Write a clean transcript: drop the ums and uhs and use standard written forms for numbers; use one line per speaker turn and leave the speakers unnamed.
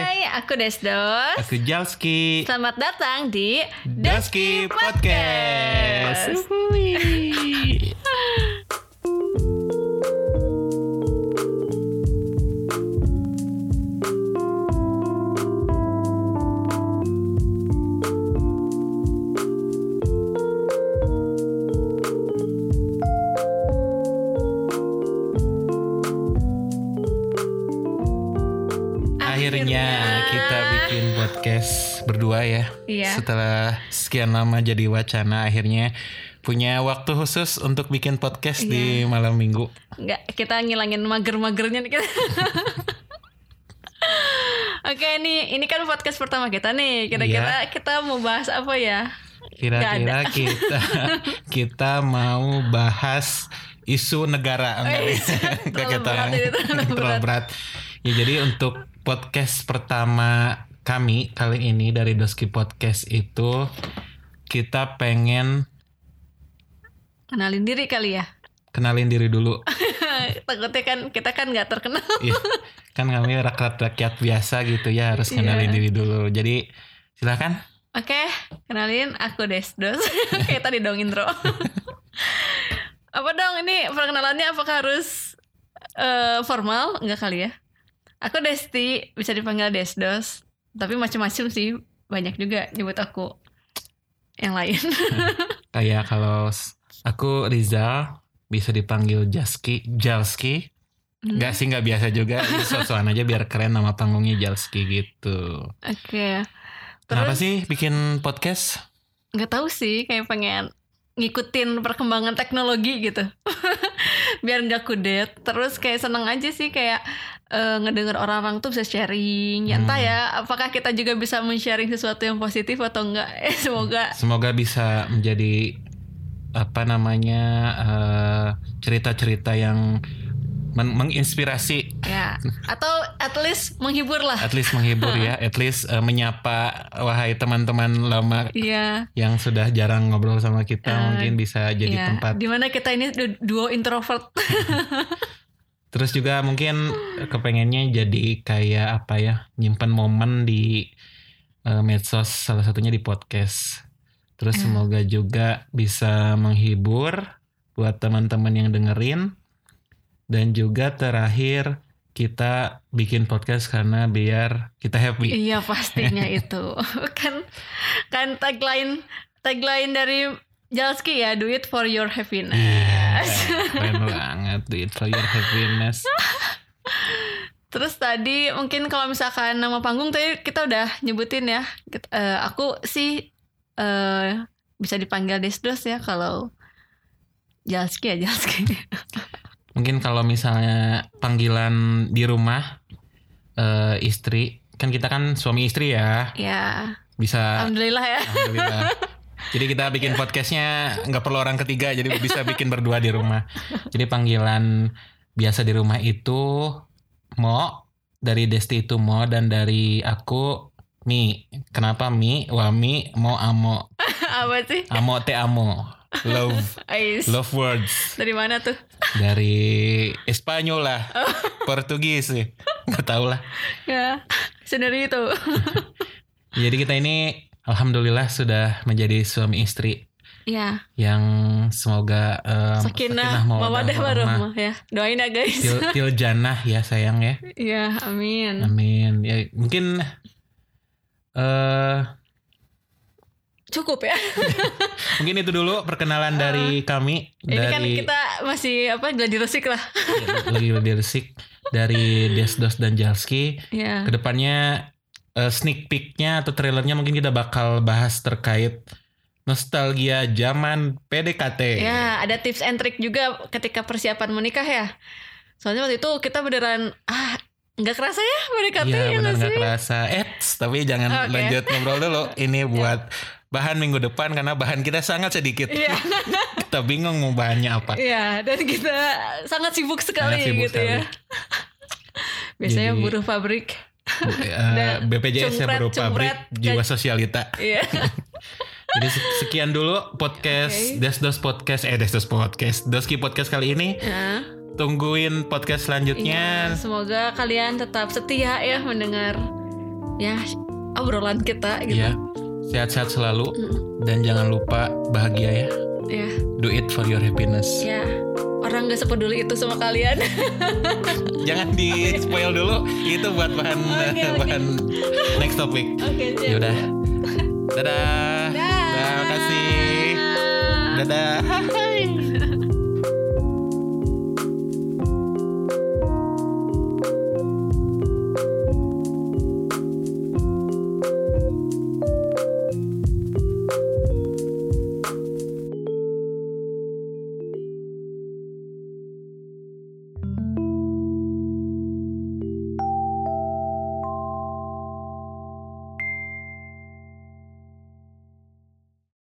Hai, aku Desdos.
Aku Jalski.
Selamat datang di
Doski Podcast. Akhirnya kita bikin podcast berdua ya.
Iya.
Setelah sekian lama jadi wacana, akhirnya punya waktu khusus untuk bikin podcast di malam minggu.
Enggak, kita ngilangin mager-magernya nih kita. Oke, ini kan podcast pertama kita nih. Kira-kira kita mau bahas apa ya?
Kira-kira kita mau bahas isu negara. Terlalu berat. Ya, jadi untuk podcast pertama kami kali ini dari Doski Podcast itu kita pengen
kenalin diri kali ya.
Kenalin diri dulu.
Takutnya kan kita kan nggak terkenal.
Iya, kan kami rakyat biasa gitu ya, harus kenalin diri dulu. Jadi silakan.
Oke, kenalin aku Desdos. Kayak tadi dong intro. Apa dong ini perkenalannya, apakah harus formal? Enggak kali ya. Aku Desti, bisa dipanggil Desdos. Tapi macam-macam sih, banyak juga nyebut aku yang lain.
Kayak kalau aku Rizal, bisa dipanggil Jalski. Enggak sih, enggak biasa juga. So-soan aja biar keren nama panggungnya Jalski gitu.
Oke.
Kenapa sih bikin podcast?
Enggak tahu sih, kayak pengen ngikutin perkembangan teknologi gitu. Biar enggak kudet. Terus kayak seneng aja sih, kayak ngedenger orang-orang tuh bisa sharing. Ya entah ya, apakah kita juga bisa men-sharing sesuatu yang positif atau enggak.
Semoga bisa menjadi cerita-cerita yang menginspirasi
ya, atau at least menghibur lah.
At least menghibur ya. At least menyapa wahai teman-teman lama yang sudah jarang ngobrol sama kita. Mungkin bisa jadi tempat
dimana kita ini duo introvert.
Terus juga mungkin kepengennya jadi kayak nyimpen momen di medsos, salah satunya di podcast. Terus semoga juga bisa menghibur buat teman-teman yang dengerin. Dan juga terakhir kita bikin podcast karena biar kita happy.
Iya, pastinya itu. kan tagline dari Jalski ya, do it for your happiness.
Iya, keren banget, do it for your happiness.
Terus tadi mungkin kalau misalkan nama panggung tadi kita udah nyebutin ya. Aku sih bisa dipanggil Desdos ya, kalau Jalski ya Jalski.
Mungkin kalau misalnya panggilan di rumah istri, kan kita kan suami istri ya.
Ya.
Bisa.
Alhamdulillah ya.
Alhamdulillah. Jadi kita bikin podcastnya nggak perlu orang ketiga, jadi bisa bikin berdua di rumah. Jadi panggilan biasa di rumah itu Mo, dari Desti itu Mo, dan dari aku Mi. Kenapa Mi? Wami, Mo, Amo.
Apa sih?
Amo, te amo. Love words.
Dari mana tuh?
Dari Espanyol lah. Portugis sih. Nggak tahu lah.
Ya, sendiri itu.
Jadi kita ini alhamdulillah sudah menjadi suami istri.
Ya.
Yang semoga
sakinah mawaddah warahmah ya. Doain ya guys.
Til jannah ya sayang ya.
Iya, amin.
Amin. Ya mungkin
cukup ya.
Mungkin itu dulu perkenalan dari kami.
Ini kan kita masih gladi resik lah.
Lagi gladi resik dari Desdos dan Jalski.
Ya.
Kedepannya sneak peeknya atau trailernya mungkin kita bakal bahas terkait nostalgia zaman PDKT.
Ya, ada tips and trick juga ketika persiapan menikah ya. Soalnya waktu itu kita beneran nggak kerasa ya PDKT.
Iya, benar nggak kerasa. Tapi jangan lanjut ngobrol dulu. Ini buat bahan minggu depan karena bahan kita sangat sedikit.
Iya.
Kita bingung mau bahannya apa.
Iya, dan kita sangat sibuk sekali ya. Biasanya buruh pabrik.
BPJS ya, buruh pabrik, jiwa sosialita.
Iya.
Jadi sekian dulu podcast Desdos Podcast Doski Podcast kali ini. Tungguin podcast selanjutnya.
Semoga kalian tetap setia ya mendengar ya obrolan kita gitu.
Ya, sehat-sehat selalu dan jangan lupa bahagia ya.
Ya.
Do it for your happiness.
Ya. Orang gak sepeduli itu sama kalian.
Jangan di spoil dulu. Itu buat bahan next topic. Yaudah. Dadah. Terima kasih. Dadah.